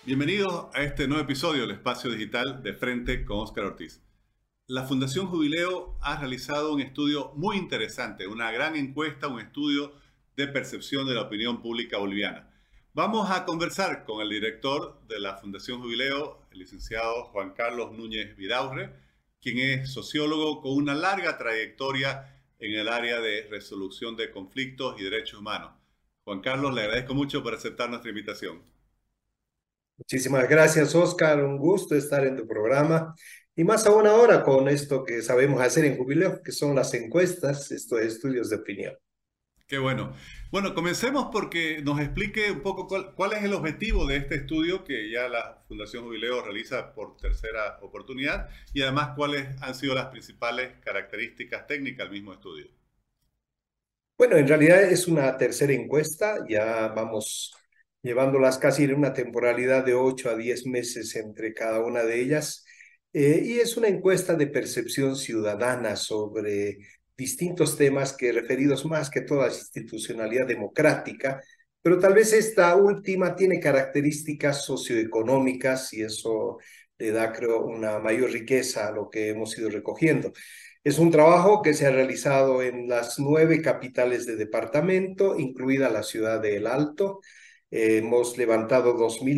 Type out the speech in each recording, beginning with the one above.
Bienvenidos a este nuevo episodio del Espacio Digital de Frente con Óscar Ortiz. La Fundación Jubileo ha realizado un estudio muy interesante, una gran encuesta, un estudio de percepción de la opinión pública boliviana. Vamos a conversar con el director de la Fundación Jubileo, el licenciado Juan Carlos Núñez Vidaurre, quien es sociólogo con una larga trayectoria en el área de resolución de conflictos y derechos humanos. Juan Carlos, le agradezco mucho por aceptar nuestra invitación. Muchísimas gracias, Oscar. Un gusto estar en tu programa. Y más aún ahora con esto que sabemos hacer en Jubileo, que son las encuestas, estos estudios de opinión. Qué bueno. Bueno, comencemos porque nos explique un poco cuál es el objetivo de este estudio que ya la Fundación Jubileo realiza por tercera oportunidad y además cuáles han sido las principales características técnicas del mismo estudio. Bueno, en realidad es una tercera encuesta. Ya vamos llevándolas casi en una temporalidad de 8 a 10 meses entre cada una de ellas. Y es una encuesta de percepción ciudadana sobre distintos temas que referidos más que todo a la institucionalidad democrática, pero tal vez esta última tiene características socioeconómicas y eso le da, creo, una mayor riqueza a lo que hemos ido recogiendo. Es un trabajo que se ha realizado en las 9 capitales de departamento, incluida la ciudad de El Alto. Hemos levantado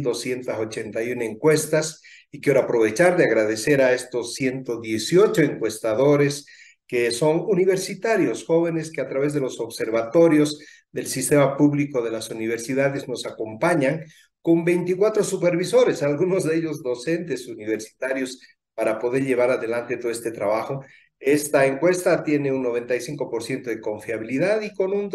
2.281 encuestas y quiero aprovechar de agradecer a estos 118 encuestadores que son universitarios, jóvenes que a través de los observatorios del sistema público de las universidades nos acompañan con 24 supervisores, algunos de ellos docentes universitarios, para poder llevar adelante todo este trabajo. Esta encuesta tiene un 95% de confiabilidad y con un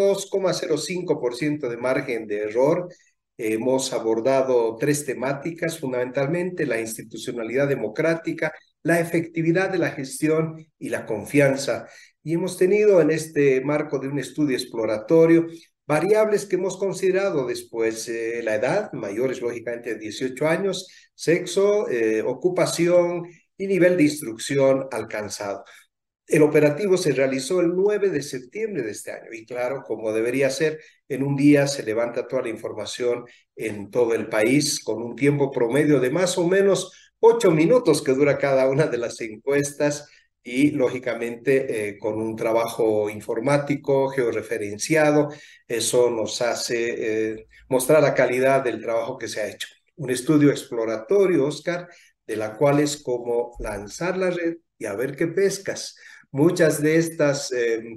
2,05% de margen de error. Hemos abordado 3 temáticas, fundamentalmente la institucionalidad democrática, la efectividad de la gestión y la confianza. Y hemos tenido en este marco de un estudio exploratorio variables que hemos considerado después, la edad, mayores lógicamente de 18 años, sexo, ocupación y nivel de instrucción alcanzado. El operativo se realizó el 9 de septiembre de este año y claro, como debería ser, en un día se levanta toda la información en todo el país con un tiempo promedio de más o menos 8 minutos que dura cada una de las encuestas y lógicamente con un trabajo informático, georreferenciado, eso nos hace mostrar la calidad del trabajo que se ha hecho. Un estudio exploratorio, Oscar, de la cual es como lanzar la red y a ver qué pescas. Muchas de estas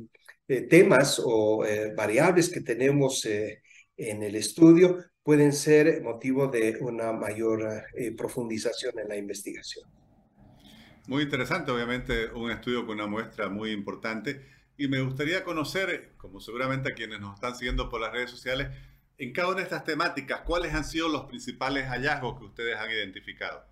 temas o variables que tenemos en el estudio pueden ser motivo de una mayor profundización en la investigación. Muy interesante, obviamente, un estudio con una muestra muy importante y me gustaría conocer, como seguramente a quienes nos están siguiendo por las redes sociales, en cada una de estas temáticas, ¿cuáles han sido los principales hallazgos que ustedes han identificado?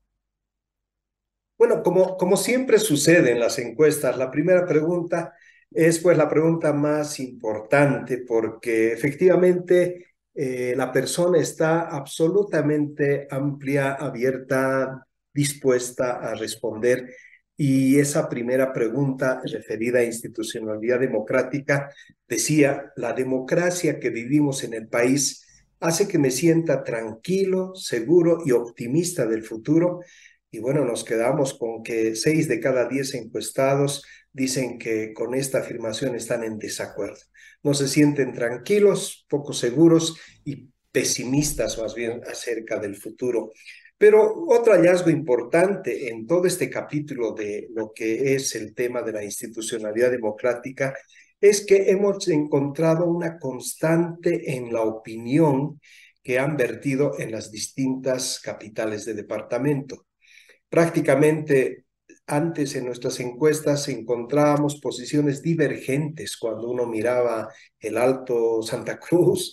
Bueno, como siempre sucede en las encuestas, la primera pregunta es pues la pregunta más importante porque efectivamente la persona está absolutamente amplia, abierta, dispuesta a responder y esa primera pregunta referida a institucionalidad democrática decía, la democracia que vivimos en el país hace que me sienta tranquilo, seguro y optimista del futuro. Y bueno, nos quedamos con que 6 de cada 10 encuestados dicen que con esta afirmación están en desacuerdo. No se sienten tranquilos, poco seguros y pesimistas más bien acerca del futuro. Pero otro hallazgo importante en todo este capítulo de lo que es el tema de la institucionalidad democrática es que hemos encontrado una constante en la opinión que han vertido en las distintas capitales de departamento. Prácticamente antes en nuestras encuestas encontrábamos posiciones divergentes cuando uno miraba el Alto Santa Cruz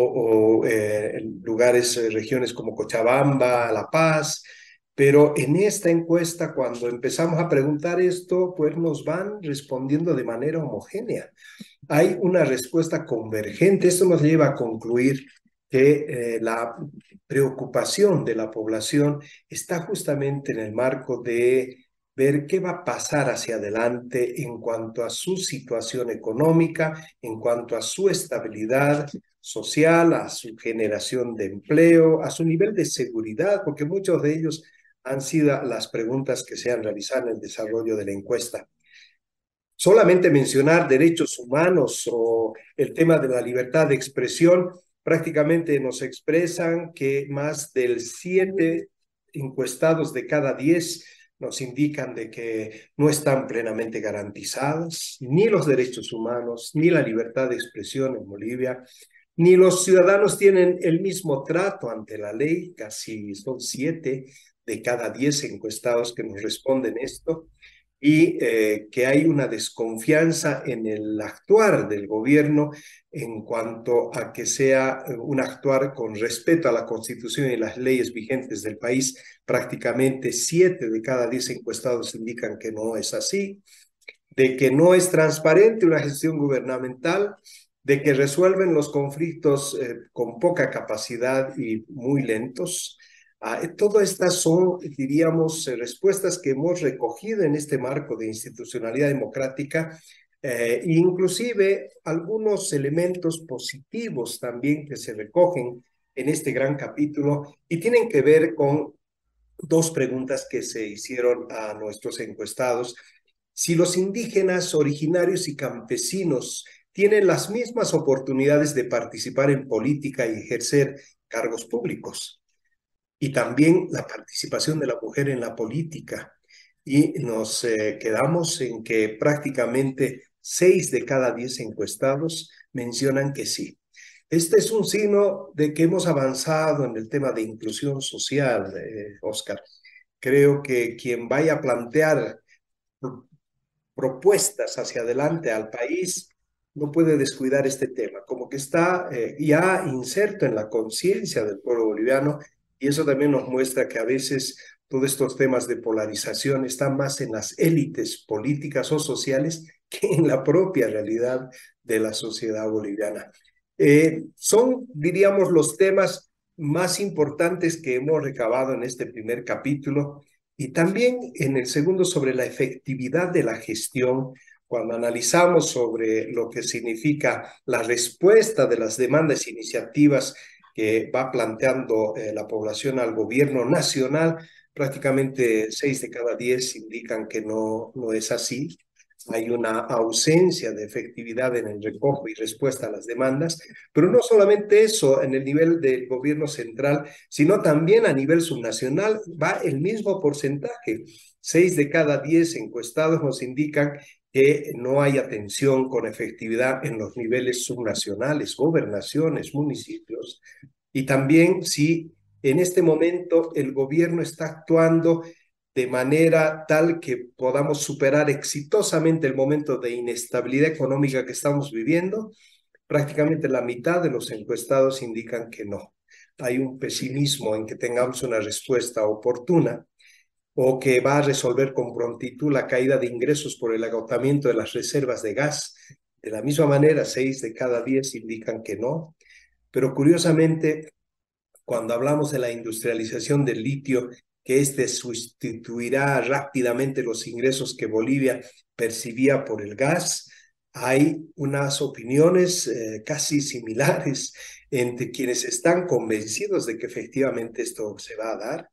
o lugares, regiones como Cochabamba, La Paz, pero en esta encuesta cuando empezamos a preguntar esto, pues nos van respondiendo de manera homogénea. Hay una respuesta convergente. Esto nos lleva a concluir que la preocupación de la población está justamente en el marco de ver qué va a pasar hacia adelante en cuanto a su situación económica, en cuanto a su estabilidad social, a su generación de empleo, a su nivel de seguridad, porque muchos de ellos han sido las preguntas que se han realizado en el desarrollo de la encuesta. Solamente mencionar derechos humanos o el tema de la libertad de expresión, prácticamente nos expresan que más del 7 encuestados de cada 10 nos indican de que no están plenamente garantizados ni los derechos humanos, ni la libertad de expresión en Bolivia, ni los ciudadanos tienen el mismo trato ante la ley. Casi son 7 de cada 10 encuestados que nos responden esto, y que hay una desconfianza en el actuar del gobierno en cuanto a que sea un actuar con respeto a la Constitución y las leyes vigentes del país. Prácticamente 7 de cada 10 encuestados indican que no es así, de que no es transparente una gestión gubernamental, de que resuelven los conflictos con poca capacidad y muy lentos. Todas estas son, diríamos, respuestas que hemos recogido en este marco de institucionalidad democrática, inclusive algunos elementos positivos también que se recogen en este gran capítulo y tienen que ver con dos preguntas que se hicieron a nuestros encuestados: si los indígenas originarios y campesinos tienen las mismas oportunidades de participar en política y ejercer cargos públicos, y también la participación de la mujer en la política. Y nos quedamos en que prácticamente 6 de cada 10 encuestados mencionan que sí. Este es un signo de que hemos avanzado en el tema de inclusión social, Oscar. Creo que quien vaya a plantear propuestas hacia adelante al país no puede descuidar este tema, como que está ya inserto en la conciencia del pueblo boliviano, y eso también nos muestra que a veces todos estos temas de polarización están más en las élites políticas o sociales que en la propia realidad de la sociedad boliviana. Son, diríamos, los temas más importantes que hemos recabado en este primer capítulo, y también en el segundo sobre la efectividad de la gestión. Cuando analizamos sobre lo que significa la respuesta de las demandas e iniciativas que va planteando la población al gobierno nacional, prácticamente 6 de cada 10 indican que no es así. Hay una ausencia de efectividad en el recojo y respuesta a las demandas, pero no solamente eso en el nivel del gobierno central, sino también a nivel subnacional va el mismo porcentaje. 6 de cada 10 encuestados nos indican que no hay atención con efectividad en los niveles subnacionales, gobernaciones, municipios, y también si en este momento el gobierno está actuando de manera tal que podamos superar exitosamente el momento de inestabilidad económica que estamos viviendo. Prácticamente la mitad de los encuestados indican que no. Hay un pesimismo en que tengamos una respuesta oportuna, o que va a resolver con prontitud la caída de ingresos por el agotamiento de las reservas de gas. De la misma manera, 6 de cada 10 indican que no. Pero curiosamente, cuando hablamos de la industrialización del litio, que este sustituirá rápidamente los ingresos que Bolivia percibía por el gas, hay unas opiniones casi similares entre quienes están convencidos de que efectivamente esto se va a dar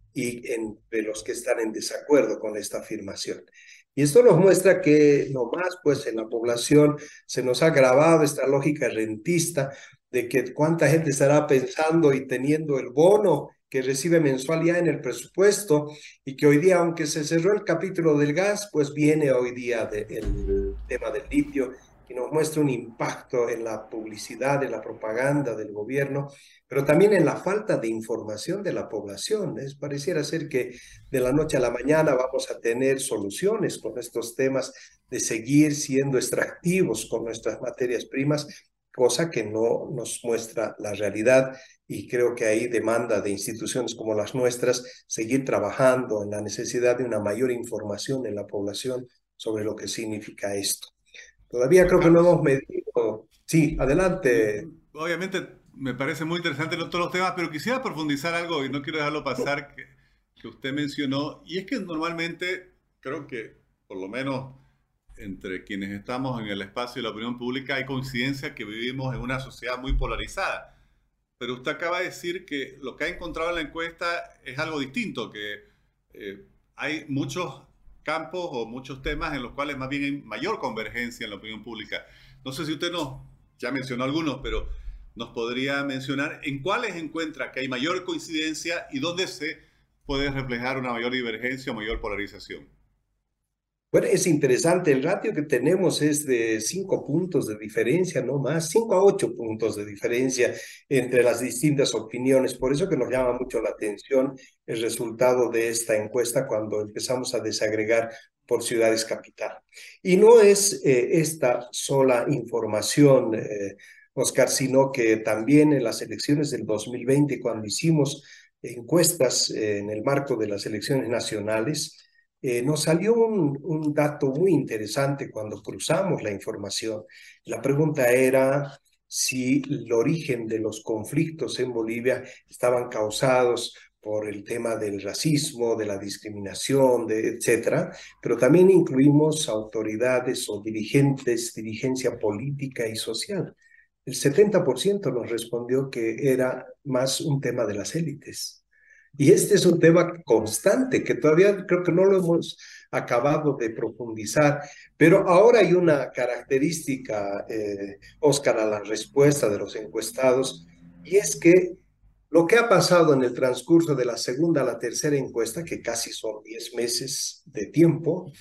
y entre los que están en desacuerdo con esta afirmación. Y esto nos muestra que nomás pues en la población se nos ha grabado esta lógica rentista de que cuánta gente estará pensando y teniendo el bono que recibe mensual ya en el presupuesto, y que hoy día, aunque se cerró el capítulo del gas, pues viene hoy día el tema del litio, y nos muestra un impacto en la publicidad, en la propaganda del gobierno, pero también en la falta de información de la población. Pareciera ser que de la noche a la mañana vamos a tener soluciones con estos temas de seguir siendo extractivos con nuestras materias primas, cosa que no nos muestra la realidad, y creo que ahí demanda de instituciones como las nuestras seguir trabajando en la necesidad de una mayor información en la población sobre lo que significa esto. Todavía Juan creo que no Carlos, hemos medido. Sí, adelante. obviamente me parece muy interesante todos los temas, pero quisiera profundizar algo y no quiero dejarlo pasar que usted mencionó, y es que normalmente creo que por lo menos entre quienes estamos en el espacio de la opinión pública hay coincidencia que vivimos en una sociedad muy polarizada. Pero usted acaba de decir que lo que ha encontrado en la encuesta es algo distinto, que hay muchos campos o muchos temas en los cuales más bien hay mayor convergencia en la opinión pública. No sé si usted nos, ya mencionó algunos, pero nos podría mencionar en cuáles encuentra que hay mayor coincidencia y dónde se puede reflejar una mayor divergencia o mayor polarización. Bueno, es interesante, el ratio que tenemos es de 5 puntos de diferencia, no más, 5 a 8 puntos de diferencia entre las distintas opiniones. Por eso que nos llama mucho la atención el resultado de esta encuesta cuando empezamos a desagregar por ciudades capital. Y no es esta sola información, Oscar, sino que también en las elecciones del 2020, cuando hicimos encuestas en el marco de las elecciones nacionales, nos salió un dato muy interesante cuando cruzamos la información. La pregunta era si el origen de los conflictos en Bolivia estaban causados por el tema del racismo, de la discriminación, etcétera, pero también incluimos autoridades o dirigentes, dirigencia política y social. El 70% nos respondió que era más un tema de las élites. Y este es un tema constante que todavía creo que no lo hemos acabado de profundizar, pero ahora hay una característica, Oscar, a la respuesta de los encuestados, y es que lo que ha pasado en el transcurso de la segunda a la tercera encuesta, que casi son 10 meses de tiempo,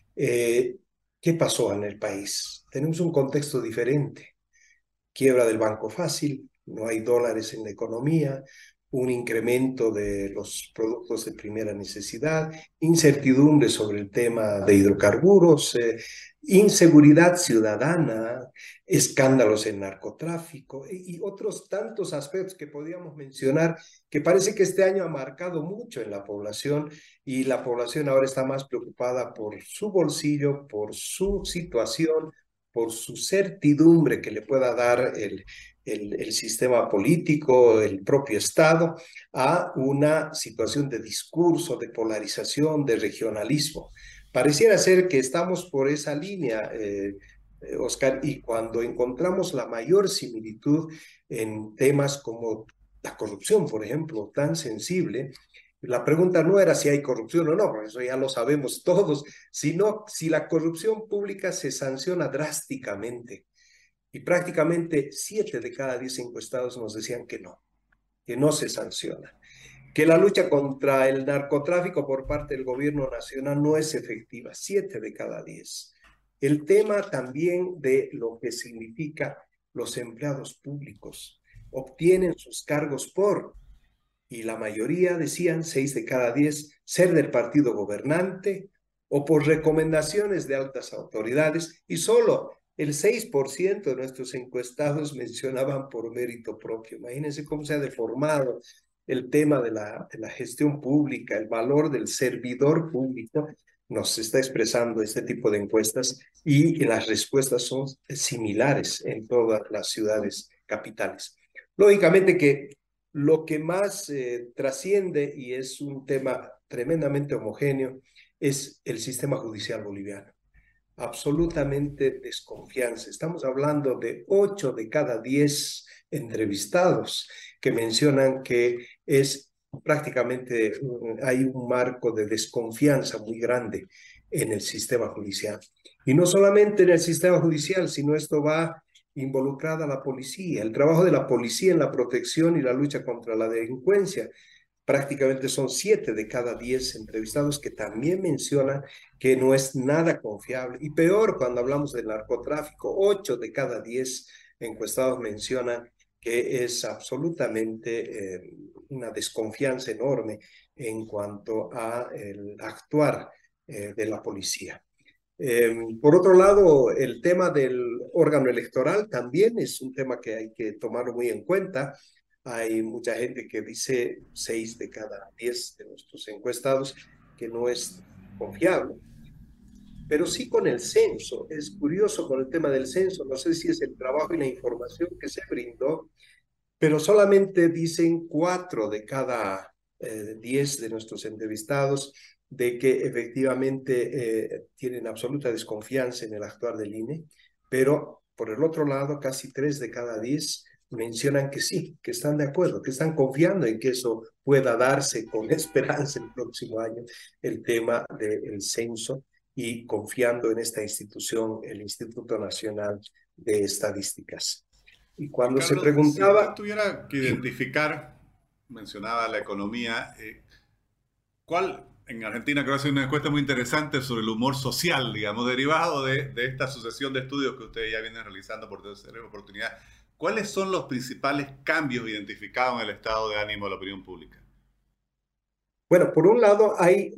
eh, ¿qué pasó en el país? Tenemos un contexto diferente. Quiebra del Banco Fácil, no hay dólares en la economía, un incremento de los productos de primera necesidad, incertidumbre sobre el tema de hidrocarburos, inseguridad ciudadana, escándalos en narcotráfico y otros tantos aspectos que podríamos mencionar que parece que este año ha marcado mucho en la población y la población ahora está más preocupada por su bolsillo, por su situación, por su certidumbre que le pueda dar el sistema político, el propio Estado, a una situación de discurso, de polarización, de regionalismo. Pareciera ser que estamos por esa línea, Oscar, y cuando encontramos la mayor similitud en temas como la corrupción, por ejemplo, tan sensible, la pregunta no era si hay corrupción o no, porque eso ya lo sabemos todos, sino si la corrupción pública se sanciona drásticamente. Y prácticamente 7 de cada 10 encuestados nos decían que no se sanciona, que la lucha contra el narcotráfico por parte del gobierno nacional no es efectiva, 7 de cada 10. El tema también de lo que significa los empleados públicos obtienen sus cargos por, y la mayoría decían, 6 de cada 10, ser del partido gobernante o por recomendaciones de altas autoridades, y solo el 6% de nuestros encuestados mencionaban por mérito propio. Imagínense cómo se ha deformado el tema de la gestión pública, el valor del servidor público. Nos está expresando este tipo de encuestas y las respuestas son similares en todas las ciudades capitales. Lógicamente que lo que más trasciende y es un tema tremendamente homogéneo es el sistema judicial boliviano. Absolutamente desconfianza. Estamos hablando de 8 de cada 10 entrevistados que mencionan que es prácticamente, hay un marco de desconfianza muy grande en el sistema judicial. Y no solamente en el sistema judicial, sino esto va involucrada la policía, el trabajo de la policía en la protección y la lucha contra la delincuencia. Prácticamente son 7 de cada 10 entrevistados que también mencionan que no es nada confiable. Y peor, cuando hablamos del narcotráfico, 8 de cada 10 encuestados mencionan que es absolutamente una desconfianza enorme en cuanto a el actuar de la policía. Por otro lado, el tema del órgano electoral también es un tema que hay que tomarlo muy en cuenta. Hay mucha gente que dice, 6 de cada 10 de nuestros encuestados, que no es confiable. Pero sí con el censo. Es curioso con el tema del censo. No sé si es el trabajo y la información que se brindó, pero solamente dicen 4 de cada 10 de nuestros entrevistados de que efectivamente tienen absoluta desconfianza en el actuar del INE, pero por el otro lado, casi 3 de cada 10 mencionan que sí, que están de acuerdo, que están confiando en que eso pueda darse con esperanza el próximo año, el tema del censo, y confiando en esta institución, el Instituto Nacional de Estadísticas. Y cuando se Ricardo, si usted preguntaba, tuviera que identificar, mencionaba la economía, ¿cuál, en Argentina creo que hace una encuesta muy interesante sobre el humor social, digamos, derivado de esta sucesión de estudios que ustedes ya vienen realizando por tercera oportunidad? ¿Cuáles son los principales cambios identificados en el estado de ánimo de la opinión pública? bueno, por un lado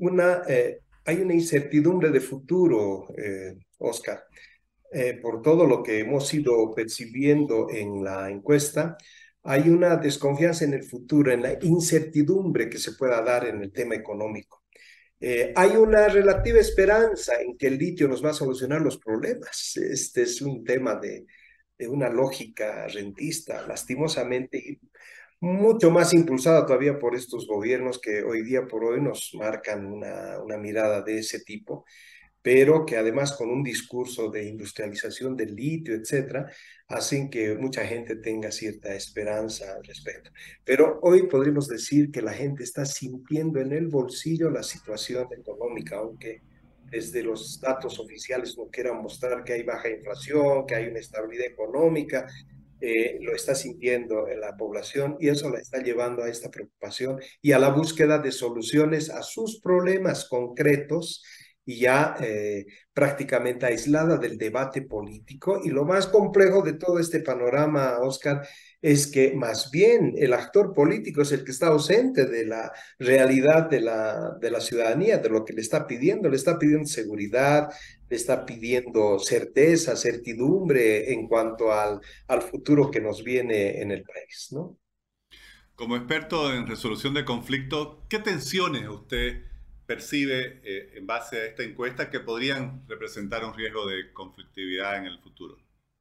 hay una incertidumbre de futuro, Oscar. Por todo lo que hemos ido percibiendo en la encuesta, hay una desconfianza en el futuro, en la incertidumbre que se pueda dar en el tema económico. Hay una relativa esperanza en que el litio nos va a solucionar los problemas. Este es un tema de una lógica rentista, lastimosamente, y mucho más impulsada todavía por estos gobiernos que hoy día por hoy nos marcan una mirada de ese tipo, pero que además con un discurso de industrialización del litio, etcétera, hacen que mucha gente tenga cierta esperanza al respecto. Pero hoy podríamos decir que la gente está sintiendo en el bolsillo la situación económica, aunque desde los datos oficiales no quieran mostrar que hay baja inflación, que hay una estabilidad económica. Lo está sintiendo en la población y eso la está llevando a esta preocupación y a la búsqueda de soluciones a sus problemas concretos, y ya prácticamente aislada del debate político. Y lo más complejo de todo este panorama, Oscar, es que más bien el actor político es el que está ausente de la realidad de la ciudadanía, de lo que le está pidiendo seguridad, le está pidiendo certeza, certidumbre en cuanto al futuro que nos viene en el país, ¿no? Como experto en resolución de conflictos, ¿qué tensiones usted percibe en base a esta encuesta que podrían representar un riesgo de conflictividad en el futuro?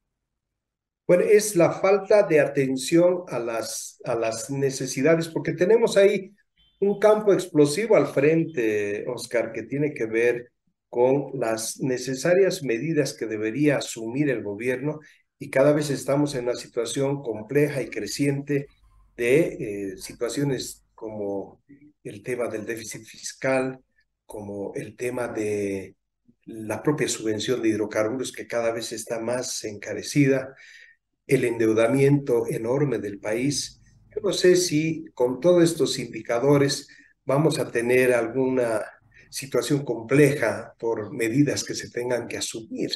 Bueno, es la falta de atención a las necesidades, porque tenemos ahí un campo explosivo al frente, Oscar, que tiene que ver con las necesarias medidas que debería asumir el gobierno, y cada vez estamos en una situación compleja y creciente de situaciones como el tema del déficit fiscal, como el tema de la propia subvención de hidrocarburos, que cada vez está más encarecida, el endeudamiento enorme del país. Yo no sé si con todos estos indicadores vamos a tener alguna situación compleja por medidas que se tengan que asumir,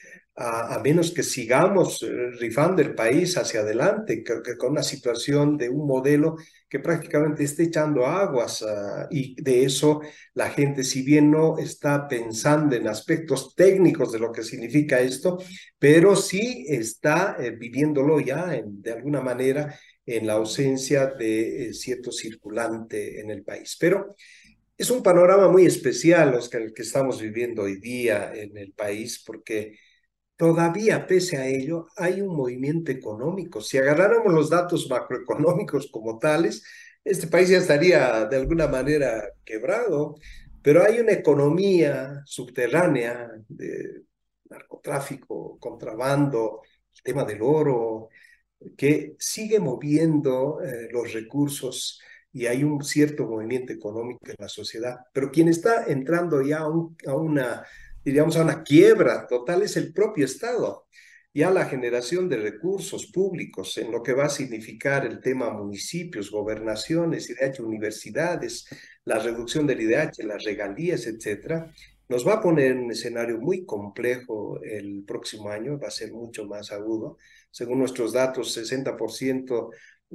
a menos que sigamos rifando el país hacia adelante, que con una situación de un modelo que prácticamente esté echando aguas, y de eso la gente, si bien no está pensando en aspectos técnicos de lo que significa esto, pero sí está viviéndolo ya de alguna manera en la ausencia de cierto circulante en el país. Pero es un panorama muy especial, Oscar, el que estamos viviendo hoy día en el país, porque todavía, pese a ello, hay un movimiento económico. Si agarráramos los datos macroeconómicos como tales, este país ya estaría de alguna manera quebrado, pero hay una economía subterránea de narcotráfico, contrabando, el tema del oro, que sigue moviendo los recursos, y hay un cierto movimiento económico en la sociedad. Pero quien está entrando ya a una, diríamos, a una quiebra total es el propio Estado. Ya la generación de recursos públicos en lo que va a significar el tema municipios, gobernaciones, IDH, universidades, la reducción del IDH, las regalías, etcétera, nos va a poner en un escenario muy complejo el próximo año, va a ser mucho más agudo. Según nuestros datos, 60%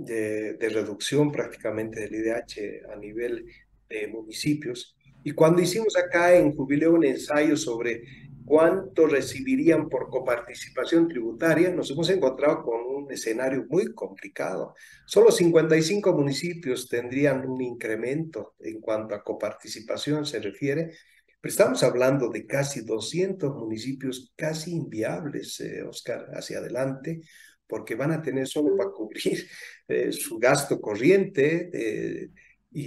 de reducción prácticamente del IDH a nivel de municipios. Y cuando hicimos acá en Jubileo un ensayo sobre cuánto recibirían por coparticipación tributaria, nos hemos encontrado con un escenario muy complicado. Solo 55 municipios tendrían un incremento en cuanto a coparticipación se refiere, pero estamos hablando de casi 200 municipios casi inviables, Oscar, hacia adelante, porque van a tener solo para cubrir su gasto corriente, y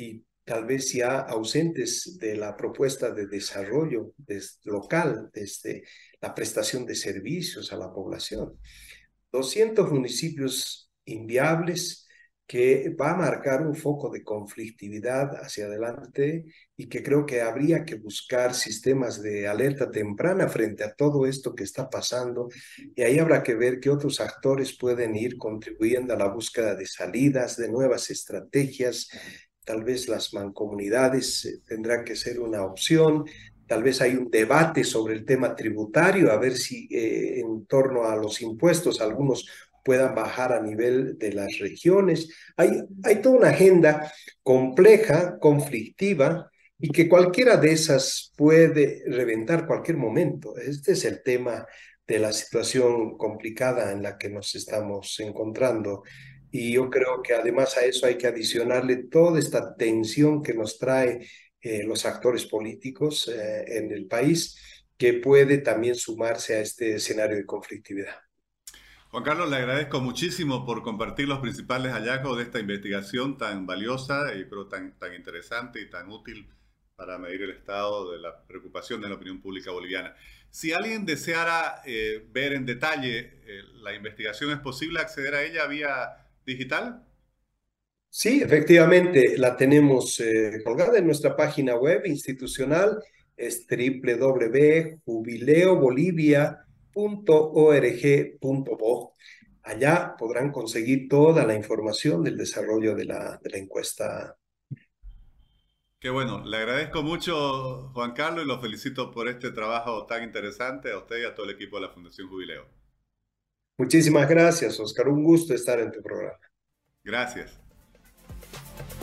tal vez ya ausentes de la propuesta de desarrollo local, desde la prestación de servicios a la población. 200 municipios inviables que va a marcar un foco de conflictividad hacia adelante y que creo que habría que buscar sistemas de alerta temprana frente a todo esto que está pasando, y ahí habrá que ver qué otros actores pueden ir contribuyendo a la búsqueda de salidas, de nuevas estrategias. Tal vez las mancomunidades tendrán que ser una opción. Tal vez hay un debate sobre el tema tributario, a ver si en torno a los impuestos algunos puedan bajar a nivel de las regiones. Hay toda una agenda compleja, conflictiva, y que cualquiera de esas puede reventar cualquier momento. Este es el tema de la situación complicada en la que nos estamos encontrando. Y yo creo que además a eso hay que adicionarle toda esta tensión que nos trae los actores políticos en el país, que puede también sumarse a este escenario de conflictividad. Juan Carlos, le agradezco muchísimo por compartir los principales hallazgos de esta investigación tan valiosa y creo tan interesante y tan útil para medir el estado de la preocupación de la opinión pública boliviana. Si alguien deseara ver en detalle la investigación, ¿es posible acceder a ella vía digital? Sí, efectivamente, la tenemos colgada en nuestra página web institucional, es www.jubileobolivia.org.bo. Allá podrán conseguir toda la información del desarrollo de la encuesta. Qué bueno, le agradezco mucho, Juan Carlos, y lo felicito por este trabajo tan interesante a usted y a todo el equipo de la Fundación Jubileo. Muchísimas gracias, Oscar. Un gusto estar en tu programa. Gracias.